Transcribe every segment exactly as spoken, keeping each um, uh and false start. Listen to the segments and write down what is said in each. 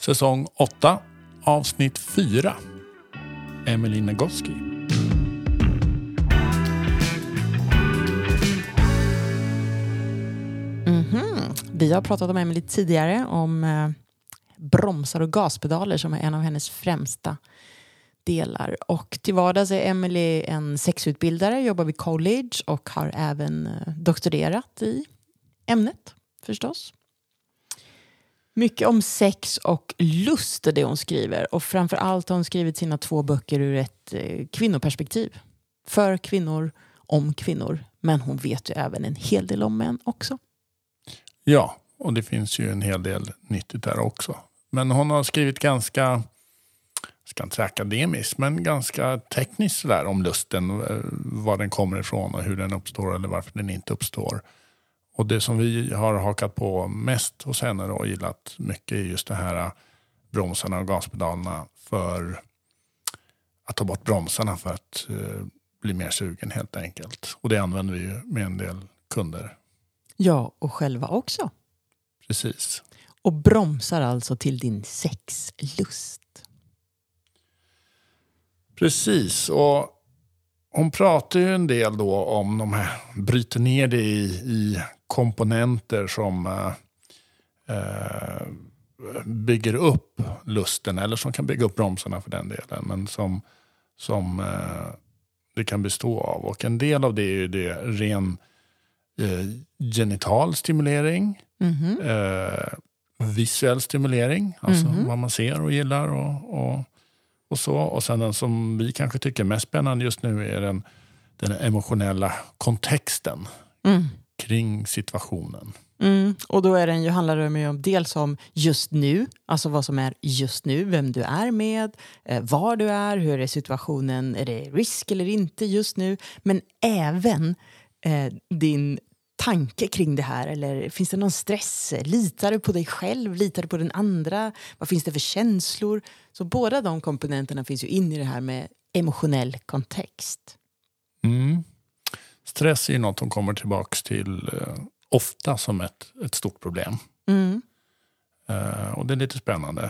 Säsong åtta, avsnitt fyra. Emily Nagoski. Mm-hmm. Vi har pratat om Emily tidigare, om eh, bromsar och gaspedaler som är en av hennes främsta delar. Och till vardags är Emily en sexutbildare, jobbar vid college och har även eh, doktorerat i ämnet förstås. Mycket om sex och lust är det hon skriver. Och framförallt har hon skrivit sina två böcker ur ett eh, kvinnoperspektiv. För kvinnor, om kvinnor. Men hon vet ju även en hel del om män också. Ja, och det finns ju en hel del nyttigt där också. Men hon har skrivit ganska, jag ska inte säga akademiskt, men ganska tekniskt där om lusten. Var den kommer ifrån och hur den uppstår eller varför den inte uppstår. Och det som vi har hakat på mest hos henne och gillat mycket är just det här bromsarna och gaspedalerna för att ta bort bromsarna för att eh, bli mer sugen helt enkelt. Och det använder vi ju med en del kunder. Ja, och själva också. Precis. Och bromsar alltså till din sexlust. Precis, och hon pratar ju en del då om de här, bryter ner det i, i komponenter som eh, bygger upp lusten eller som kan bygga upp bromsarna för den delen, men som, som eh, det kan bestå av. Och en del av det är ju det ren eh, genital stimulering, mm-hmm. eh, visuell stimulering, alltså mm-hmm. vad man ser och gillar och, och Och så. Och sen den som vi kanske tycker är mest spännande just nu är den, den emotionella kontexten mm. kring situationen. Mm. Och då är den ju, handlar det ju om dels om just nu, alltså vad som är just nu, vem du är med, eh, var du är, hur är situationen, är det risk eller inte just nu, men även eh, din tanke kring det här, eller finns det någon stress? Litar du på dig själv? Litar du på den andra? Vad finns det för känslor? Så båda de komponenterna finns ju in i det här med emotionell kontext. Mm. Stress är ju något som kommer tillbaka till eh, ofta som ett, ett stort problem. Mm. Eh, och det är lite spännande.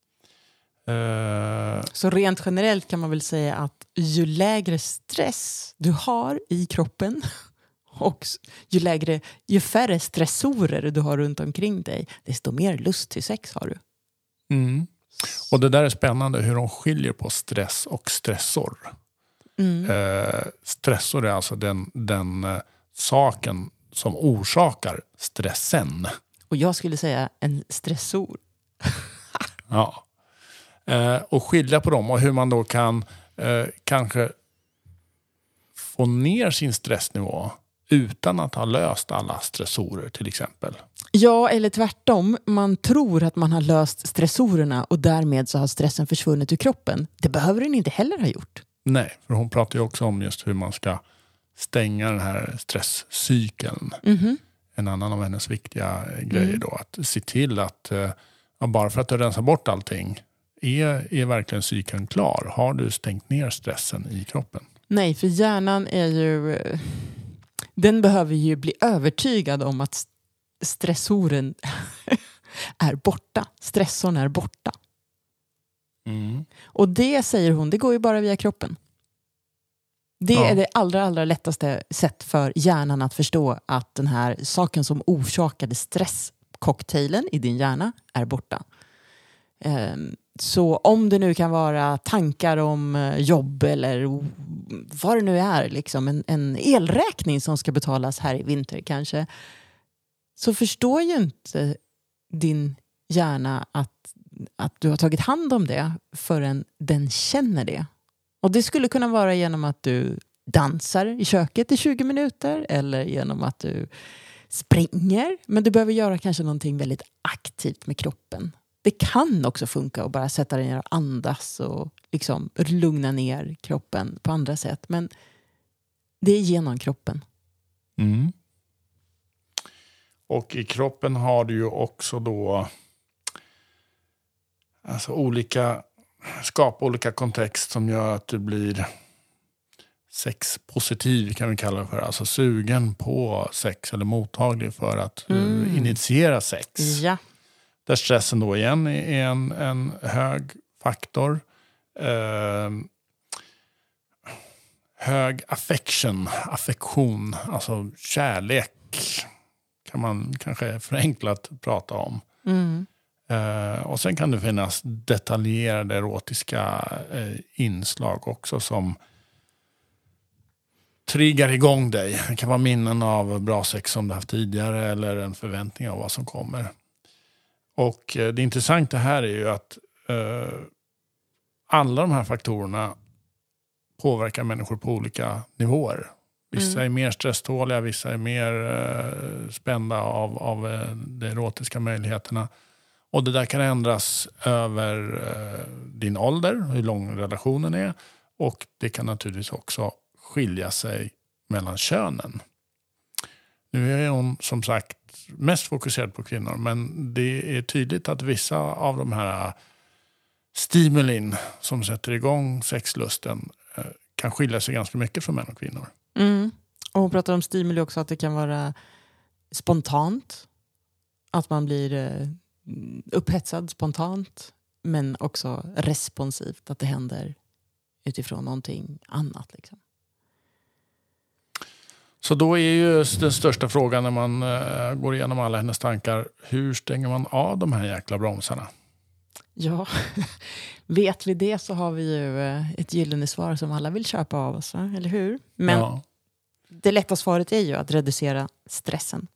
Eh, Så rent generellt kan man väl säga att ju lägre stress du har i kroppen och ju lägre, ju färre stressorer du har runt omkring dig, desto mer lust till sex har du. Mm. Och det där är spännande hur de skiljer på stress och stressor. Mm. Eh, stressor är alltså den, den eh, saken som orsakar stressen. Och jag skulle säga en stressor. Ja. Eh, och skilja på dem och hur man då kan eh, kanske få ner sin stressnivå utan att ha löst alla stressorer till exempel. Ja, eller tvärtom. Man tror att man har löst stressorerna och därmed så har stressen försvunnit ur kroppen. Det behöver den inte heller ha gjort. Nej, för hon pratar ju också om just hur man ska stänga den här stresscykeln. Mm-hmm. En annan av hennes viktiga grejer mm. då. Att se till att ja, bara för att du rensar bort allting, är, är verkligen cykeln klar? Har du stängt ner stressen i kroppen? Nej, för hjärnan är ju... Den behöver ju bli övertygad om att stressoren är borta. Stressorn är borta. Mm. Och det, säger hon, det går ju bara via kroppen. Det ja. är det allra, allra lättaste sätt för hjärnan att förstå att den här saken som orsakade stresscocktailen i din hjärna är borta. Um, så om det nu kan vara tankar om jobb eller vad det nu är, liksom en, en elräkning som ska betalas här i vinter kanske, så förstår ju inte din hjärna att, att du har tagit hand om det förrän den känner det. Och det skulle kunna vara genom att du dansar i köket i tjugo minuter eller genom att du springer, men du behöver göra kanske någonting väldigt aktivt med kroppen. Det kan också funka att bara sätta dig ner och andas och liksom lugna ner kroppen på andra sätt. Men det är genom kroppen. Mm. Och i kroppen har du ju också då alltså olika, skapa olika kontext som gör att du blir sexpositiv kan vi kalla det för. Alltså sugen på sex eller mottaglig för att mm. initiera sex. Ja. Där stressen då igen är en, en hög faktor. Eh, hög affection, affektion, alltså kärlek kan man kanske förenklat prata om. Mm. Eh, och sen kan det finnas detaljerade erotiska eh, inslag också som triggar igång dig. Det kan vara minnen av bra sex som du haft tidigare eller en förväntning av vad som kommer. Och eh, det intressanta här är ju att eh, alla de här faktorerna påverkar människor på olika nivåer. Vissa mm. är mer stresståliga, vissa är mer eh, spända av, av eh, de erotiska möjligheterna. Och det där kan ändras över eh, din ålder, hur lång relationen är. Och det kan naturligtvis också skilja sig mellan könen. Nu är hon som sagt mest fokuserad på kvinnor, men det är tydligt att vissa av de här stimulin som sätter igång sexlusten eh, kan skilja sig ganska mycket från män och kvinnor. Mm. Och hon pratar om stimuli också, att det kan vara spontant. Att man blir eh, upphetsad spontant, men också responsivt, att det händer utifrån någonting annat liksom. Så då är ju den största frågan när man uh, går igenom alla hennes tankar, hur stänger man av de här jäkla bromsarna? Ja, vet vi det så har vi ju ett gyllene svar som alla vill köpa av oss, eller hur? Men ja. Det lätta svaret är ju att reducera stressen.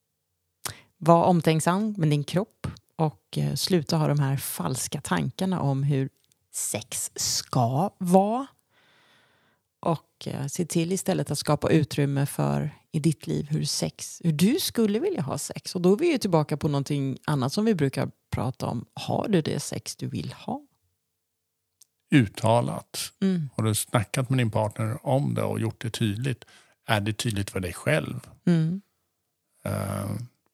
Var omtänksam med din kropp och uh, sluta ha de här falska tankarna om hur sex ska vara. Och eh, se till istället att skapa utrymme för i ditt liv hur sex, hur du skulle vilja ha sex. Och då är vi ju tillbaka på någonting annat som vi brukar prata om. Har du det sex du vill ha? Uttalat. Mm. Har du snackat med din partner om det och gjort det tydligt? Är det tydligt för dig själv? Mm. Uh,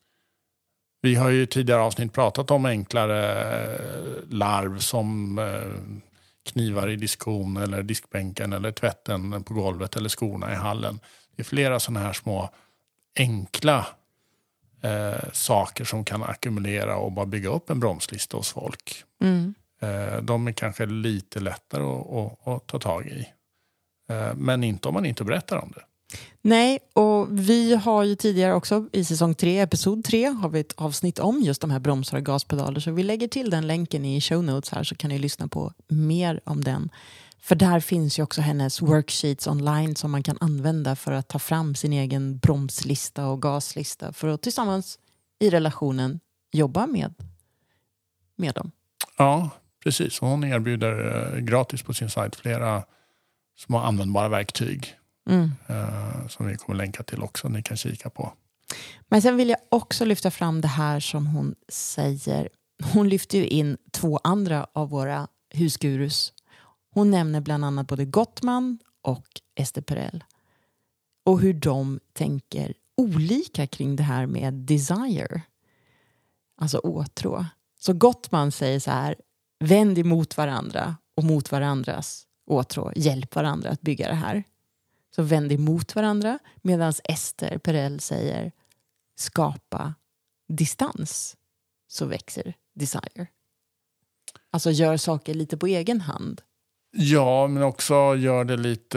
vi har ju tidigare avsnitt pratat om enklare larv som uh, knivar i diskon eller diskbänken eller tvätten på golvet eller skorna i hallen. Det är flera sådana här små enkla eh, saker som kan ackumulera och bara bygga upp en bromslista hos folk. Mm. Eh, de är kanske lite lättare att, att, att ta tag i. Eh, men inte om man inte berättar om det. Nej, och vi har ju tidigare också i säsong tre, episod tre, har vi ett avsnitt om just de här bromsar och gaspedaler. Så vi lägger till den länken i show notes här så kan ni lyssna på mer om den. För där finns ju också hennes worksheets online som man kan använda för att ta fram sin egen bromslista och gaslista. För att tillsammans i relationen jobba med, med dem. Ja, precis. Hon erbjuder gratis på sin sajt flera små användbara verktyg. Mm. Uh, som vi kommer länka till också, ni kan kika på. Men sen vill jag också lyfta fram det här som hon säger. Hon lyfter ju in två andra av våra husgurus. Hon nämner bland annat både Gottman och Esther Perel. Och hur de tänker olika kring det här med desire. Alltså åtrå. Så Gottman säger så här: vänd emot varandra och mot varandras åtrå. Hjälp varandra att bygga det här. Så vänd emot varandra, medan Esther Perel säger skapa distans, så växer desire. Alltså gör saker lite på egen hand. Ja, men också gör det lite,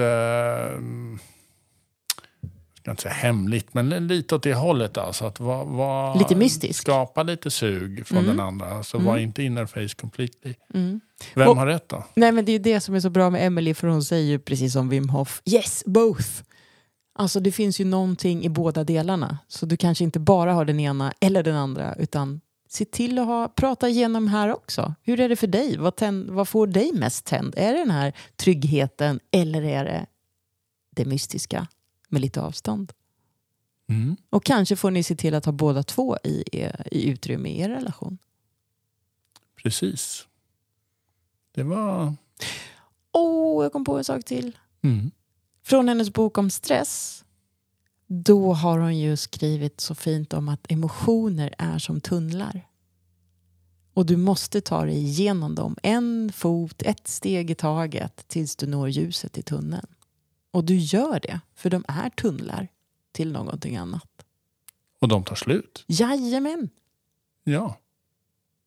jag ska inte säga hemligt, men lite åt det hållet. Alltså att va, va, lite mystiskt. Skapa lite sug från mm. den andra. Alltså mm. var inte inner face completely. Mm. Vem och, har rätt då? Nej, men det är det som är så bra med Emily, för hon säger ju precis som Wim Hof, yes, both. Alltså det finns ju någonting i båda delarna. Så du kanske inte bara har den ena eller den andra, utan se till att ha, prata igenom här också. Hur är det för dig? Vad, tänd, vad får dig mest tänd? Är det den här tryggheten eller är det det mystiska med lite avstånd? Mm. Och kanske får ni se till att ha båda två i, i utrymme i er relation. Precis. Det var... Åh, oh, jag kom på en sak till. Mm. Från hennes bok om stress. Då har hon ju skrivit så fint om att emotioner är som tunnlar. Och du måste ta dig igenom dem. En fot, ett steg i taget tills du når ljuset i tunneln. Och du gör det, för de är tunnlar till någonting annat. Och de tar slut? Jajamän. Ja.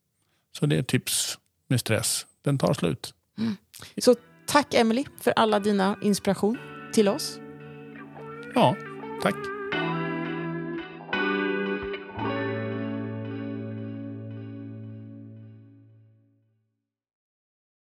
Så det är tips med stress. Den tar slut. Mm. Så tack Emily för alla dina inspiration till oss. Ja, tack.